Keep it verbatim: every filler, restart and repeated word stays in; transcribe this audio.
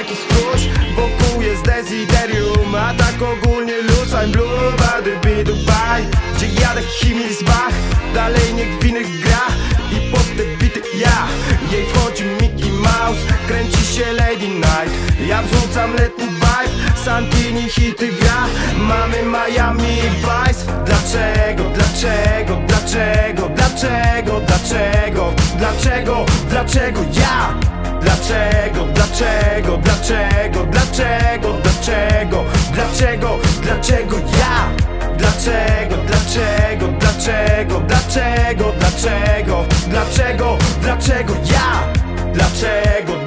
taki stróż, wokół jest desiderium, a tak ogólnie luz. I'm blue, bady bidu baj, gdzie jadę Himmels Bach, dalej niech winych gra i pod te bity ja. Jej wchodzi Mickey Mouse, kręci się Lady Night, ja wrzucam letni vibe, Santini hity gra, mamy Miami Vice. Dlaczego, dlaczego, dlaczego, dlaczego, dlaczego, dlaczego, dlaczego ja? Dlaczego, dlaczego, dlaczego, dlaczego, dlaczego, dlaczego, dlaczego ja? Dlaczego, dlaczego, dlaczego, dlaczego, dlaczego, dlaczego, dlaczego ja? Dlaczego,